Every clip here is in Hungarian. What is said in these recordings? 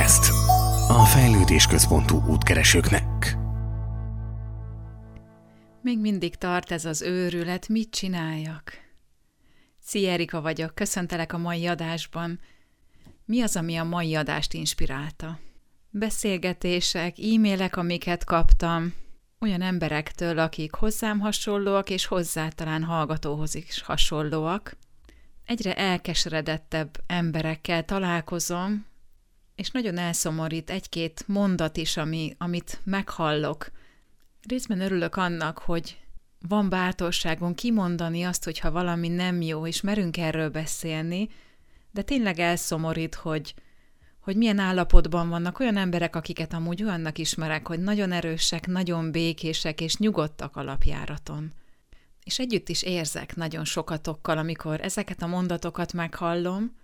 Podcast. A fejlődés központú útkeresőknek. Még mindig tart ez az őrület, mit csináljak? Szia, Erika vagyok, köszöntelek a mai adásban. Mi az, ami a mai adást inspirálta? Beszélgetések, e-mailek, amiket kaptam, olyan emberektől, akik hozzám hasonlóak, és hozzá talán hallgatóhoz is hasonlóak. Egyre elkeseredettebb emberekkel találkozom, és nagyon elszomorít egy-két mondat is, amit meghallok. Részben örülök annak, hogy van bátorságon kimondani azt, hogyha valami nem jó, és merünk erről beszélni, de tényleg elszomorít, hogy milyen állapotban vannak olyan emberek, akiket amúgy olyannak ismerek, hogy nagyon erősek, nagyon békések és nyugodtak alapjáraton. És együtt is érzek nagyon sokatokkal, amikor ezeket a mondatokat meghallom,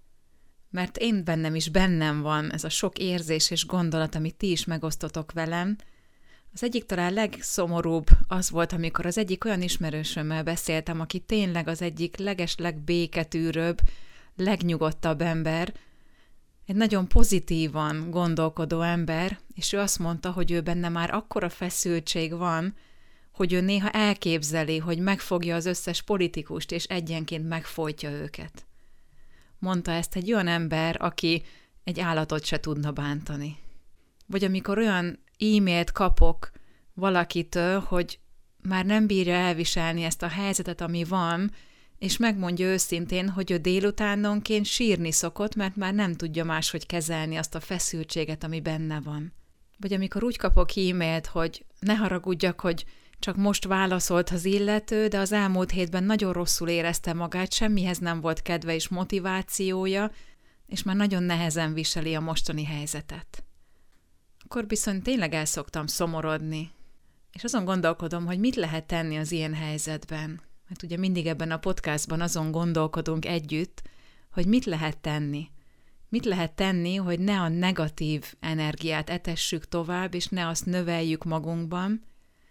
mert én bennem van ez a sok érzés és gondolat, amit ti is megosztotok velem. Az egyik talán legszomorúbb az volt, amikor az egyik olyan ismerősömmel beszéltem, aki tényleg az egyik legbéketűrőbb, legnyugodtabb ember, egy nagyon pozitívan gondolkodó ember, és ő azt mondta, hogy ő benne már akkora feszültség van, hogy ő néha elképzeli, hogy megfogja az összes politikust, és egyenként megfojtja őket. Mondta ezt egy olyan ember, aki egy állatot se tudna bántani. Vagy amikor olyan e-mailt kapok valakitől, hogy már nem bírja elviselni ezt a helyzetet, ami van, és megmondja őszintén, hogy ő délutánonként sírni szokott, mert már nem tudja máshogy kezelni azt a feszültséget, ami benne van. Vagy amikor úgy kapok e-mailt, hogy ne haragudjak, hogy csak most válaszolt az illető, de az elmúlt hétben nagyon rosszul érezte magát, semmihez nem volt kedve és motivációja, és már nagyon nehezen viseli a mostani helyzetet. Akkor viszont tényleg el szoktam szomorodni, és azon gondolkodom, hogy mit lehet tenni az ilyen helyzetben. Mert ugye mindig ebben a podcastban azon gondolkodunk együtt, hogy mit lehet tenni. Mit lehet tenni, hogy ne a negatív energiát etessük tovább, és ne azt növeljük magunkban,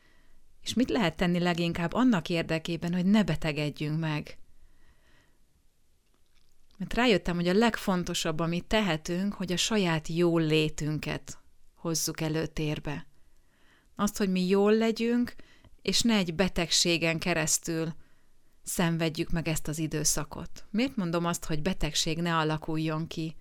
és mit lehet tenni leginkább annak érdekében, hogy ne betegedjünk meg. Mert rájöttem, hogy a legfontosabb, amit tehetünk, hogy a saját jól létünket hozzuk előtérbe. Azt, hogy mi jól legyünk, és ne egy betegségen keresztül szenvedjük meg ezt az időszakot. Miért mondom azt, hogy betegség ne alakuljon ki?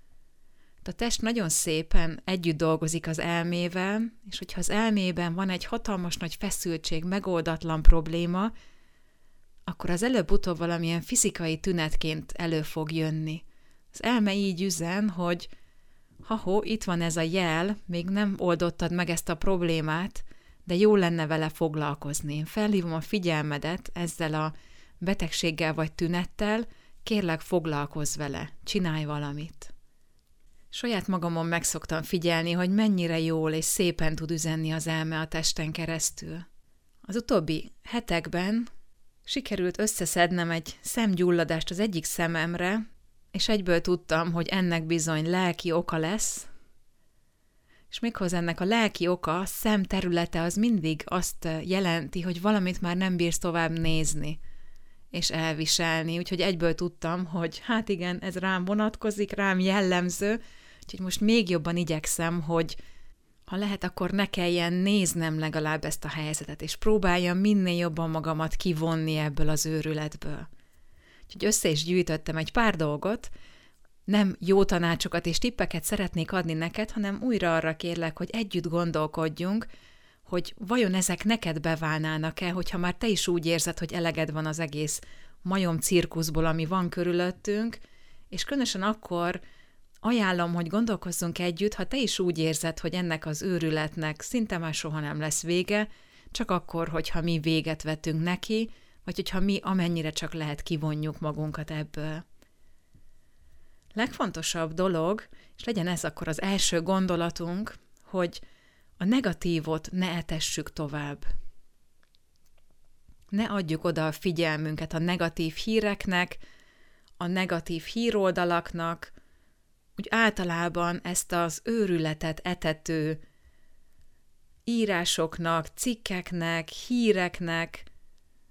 A test nagyon szépen együtt dolgozik az elmével, és hogyha az elmében van egy hatalmas nagy feszültség, megoldatlan probléma, akkor az előbb-utóbb valamilyen fizikai tünetként elő fog jönni. Az elme így üzen, hogy itt van ez a jel, még nem oldottad meg ezt a problémát, de jó lenne vele foglalkozni. Én felhívom a figyelmedet ezzel a betegséggel vagy tünettel, kérlek foglalkozz vele, csinálj valamit. Saját magamon meg szoktam figyelni, hogy mennyire jól és szépen tud üzenni az elme a testen keresztül. Az utóbbi hetekben sikerült összeszednem egy szemgyulladást az egyik szememre, és egyből tudtam, hogy ennek bizony lelki oka lesz, és méghozzá ennek a lelki oka, a szem területe az mindig azt jelenti, hogy valamit már nem bírsz tovább nézni és elviselni, úgyhogy egyből tudtam, hogy hát igen, ez rám vonatkozik, rám jellemző, úgyhogy most még jobban igyekszem, hogy ha lehet, akkor ne kelljen néznem legalább ezt a helyzetet, és próbáljam minél jobban magamat kivonni ebből az őrületből. Úgyhogy össze is gyűjtöttem egy pár dolgot, nem jó tanácsokat és tippeket szeretnék adni neked, hanem újra arra kérlek, hogy együtt gondolkodjunk, hogy vajon ezek neked beválnának-e, hogyha már te is úgy érzed, hogy eleged van az egész majom cirkuszból, ami van körülöttünk, és különösen akkor ajánlom, hogy gondolkozzunk együtt, ha te is úgy érzed, hogy ennek az őrületnek szinte már soha nem lesz vége, csak akkor, hogyha mi véget vetünk neki, vagy hogyha mi amennyire csak lehet kivonjuk magunkat ebből. Legfontosabb dolog, és legyen ez akkor az első gondolatunk, hogy a negatívot ne etessük tovább. Ne adjuk oda a figyelmünket a negatív híreknek, a negatív híroldalaknak, úgy általában ezt az őrületet etető írásoknak, cikkeknek, híreknek.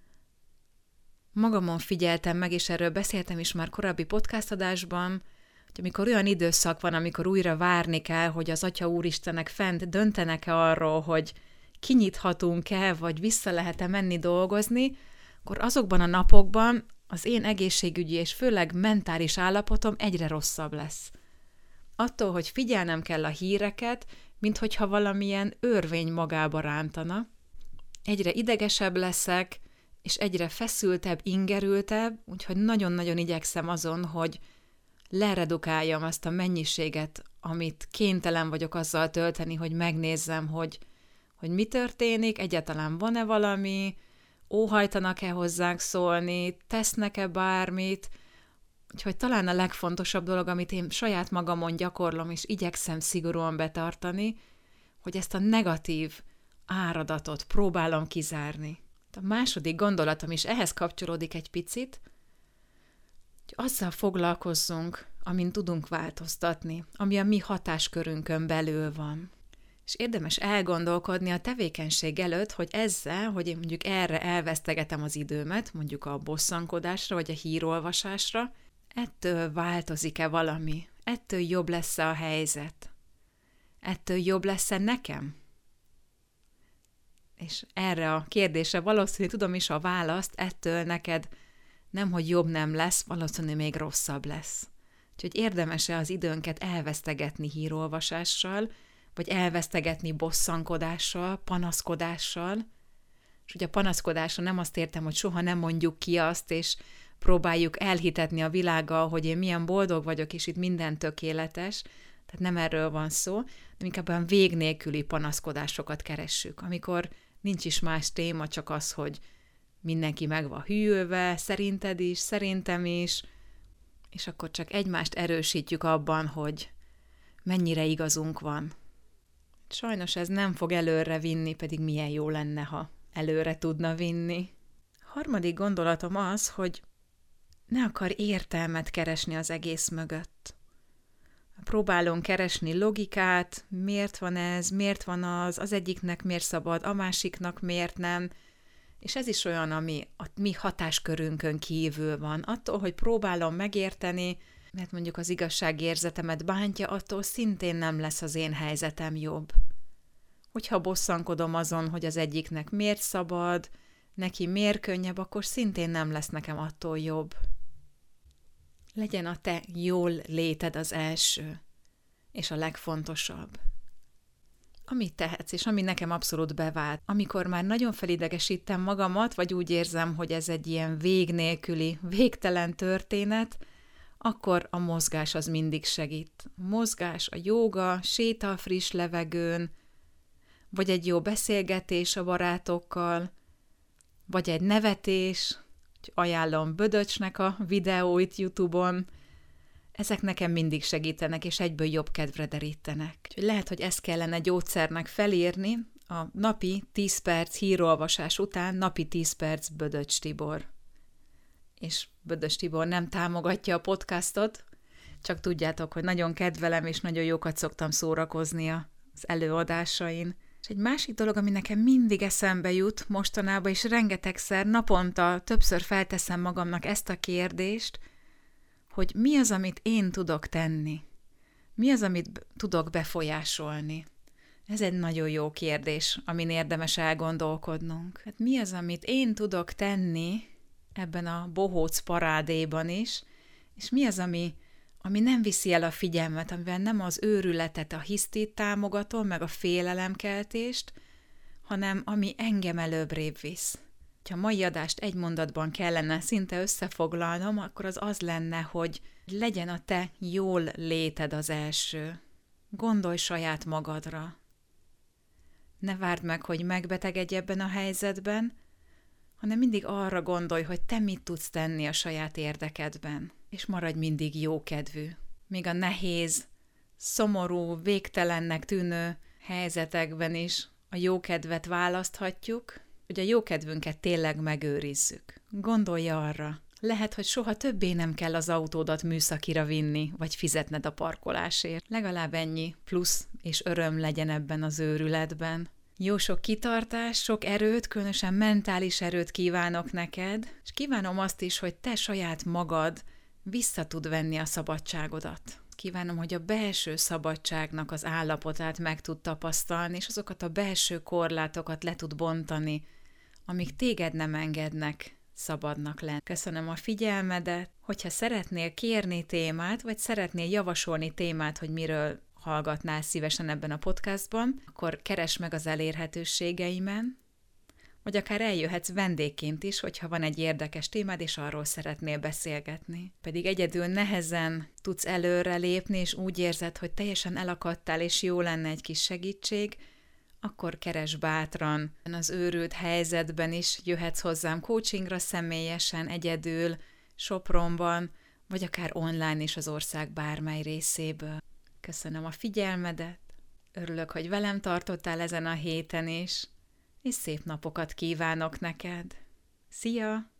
Magamon figyeltem meg, és erről beszéltem is már korábbi podcast adásban, Amikor olyan időszak van, amikor újra várni kell, hogy az Atya Úristenek fent döntenek-e arról, hogy kinyithatunk-e, vagy vissza lehet-e menni dolgozni, akkor azokban a napokban az én egészségügyi és főleg mentális állapotom egyre rosszabb lesz. Attól, hogy figyelnem kell a híreket, minthogyha valamilyen örvény magába rántana, egyre idegesebb leszek, és egyre feszültebb, ingerültebb, úgyhogy nagyon-nagyon igyekszem azon, hogy leredukáljam azt a mennyiséget, amit kénytelen vagyok azzal tölteni, hogy megnézzem, hogy mi történik, egyáltalán van-e valami, óhajtanak-e hozzánk szólni, tesznek-e bármit, úgyhogy talán a legfontosabb dolog, amit én saját magamon gyakorlom, és igyekszem szigorúan betartani, hogy ezt a negatív áradatot próbálom kizárni. A második gondolatom is ehhez kapcsolódik egy picit, hogy azzal foglalkozzunk, amin tudunk változtatni, ami a mi hatáskörünkön belül van. És érdemes elgondolkodni a tevékenység előtt, hogy ezzel, hogy én mondjuk erre elvesztegetem az időmet, mondjuk a bosszankodásra vagy a hírolvasásra, ettől változik-e valami? Ettől jobb lesz-e a helyzet? Ettől jobb lesz-e nekem? És erre a kérdésre valószínűleg tudom is a választ, ettől neked nemhogy jobb nem lesz, valószínűleg még rosszabb lesz. Úgyhogy érdemes-e az időnket elvesztegetni hírolvasással, vagy elvesztegetni bosszankodással, panaszkodással. És ugye a panaszkodásra nem azt értem, hogy soha nem mondjuk ki azt, és próbáljuk elhitetni a világgal, hogy én milyen boldog vagyok, és itt minden tökéletes. Tehát nem erről van szó, de inkább olyan vég nélküli panaszkodásokat keressük, amikor nincs is más téma, csak az, hogy mindenki meg van hűlve, szerinted is, szerintem is, és akkor csak egymást erősítjük abban, hogy mennyire igazunk van. Sajnos ez nem fog előre vinni, pedig milyen jó lenne, ha előre tudna vinni. A harmadik gondolatom az, hogy ne akar értelmet keresni az egész mögött. Próbálunk keresni logikát, miért van ez, miért van az egyiknek miért szabad, a másiknak miért nem, és ez is olyan, ami a mi hatáskörünkön kívül van. Attól, hogy próbálom megérteni, mert mondjuk az igazságérzetemet bántja, attól szintén nem lesz az én helyzetem jobb. Hogyha bosszankodom azon, hogy az egyiknek miért szabad, neki miért könnyebb, akkor szintén nem lesz nekem attól jobb. Legyen a te jól léted az első, és a legfontosabb. Amit tehetsz, és ami nekem abszolút bevált, amikor már nagyon felidegesítem magamat, vagy úgy érzem, hogy ez egy ilyen vég nélküli, végtelen történet, akkor a mozgás az mindig segít. A mozgás, a jóga, séta a friss levegőn, vagy egy jó beszélgetés a barátokkal, vagy egy nevetés, ajánlom Bödöcsnek a videóit YouTube-on, ezek nekem mindig segítenek, és egyből jobb kedvre derítenek. Úgyhogy lehet, hogy ezt kellene gyógyszernek felírni, a napi 10 perc hírolvasás után napi 10 perc Bödöcs Tibor. És Bödöcs Tibor nem támogatja a podcastot, csak tudjátok, hogy nagyon kedvelem, és nagyon jókat szoktam szórakozni az előadásain. És egy másik dolog, ami nekem mindig eszembe jut mostanában, és rengetegszer, naponta többször felteszem magamnak ezt a kérdést, hogy mi az, amit én tudok tenni? Mi az, amit tudok befolyásolni? Ez egy nagyon jó kérdés, amin érdemes elgondolkodnunk. Hát mi az, amit én tudok tenni ebben a bohóc parádéban is, és mi az, ami nem viszi el a figyelmet, amivel nem az őrületet, a hisztit támogatom, meg a félelemkeltést, hanem ami engem előbbrébb visz. Ha a mai adást egy mondatban kellene szinte összefoglalnom, akkor az lenne, hogy legyen a te jól léted az első. Gondolj saját magadra. Ne várd meg, hogy megbetegedj ebben a helyzetben, hanem mindig arra gondolj, hogy te mit tudsz tenni a saját érdekedben, és maradj mindig jókedvű. Még a nehéz, szomorú, végtelennek tűnő helyzetekben is a jókedvet választhatjuk, hogy a jókedvünket tényleg megőrizzük. Gondolj arra, lehet, hogy soha többé nem kell az autódat műszakira vinni, vagy fizetned a parkolásért. Legalább ennyi plusz és öröm legyen ebben az őrületben. Jó sok kitartás, sok erőt, különösen mentális erőt kívánok neked, és kívánom azt is, hogy te saját magad vissza tud venni a szabadságodat. kívánom, hogy a belső szabadságnak az állapotát meg tud tapasztalni, és azokat a belső korlátokat le tud bontani, amik téged nem engednek szabadnak lenni. Köszönöm a figyelmedet, hogyha szeretnél kérni témát, vagy szeretnél javasolni témát, hogy miről hallgatnál szívesen ebben a podcastban, akkor keresd meg az elérhetőségeimen, vagy akár eljöhetsz vendégként is, hogyha van egy érdekes témád, és arról szeretnél beszélgetni. Pedig egyedül nehezen tudsz előre lépni, és úgy érzed, hogy teljesen elakadtál, és jó lenne egy kis segítség, akkor keresd bátran. Az őrült helyzetben is jöhetsz hozzám coachingra személyesen, egyedül, Sopronban, vagy akár online is az ország bármely részéből. Köszönöm a figyelmedet, örülök, hogy velem tartottál ezen a héten is, és szép napokat kívánok neked. Szia!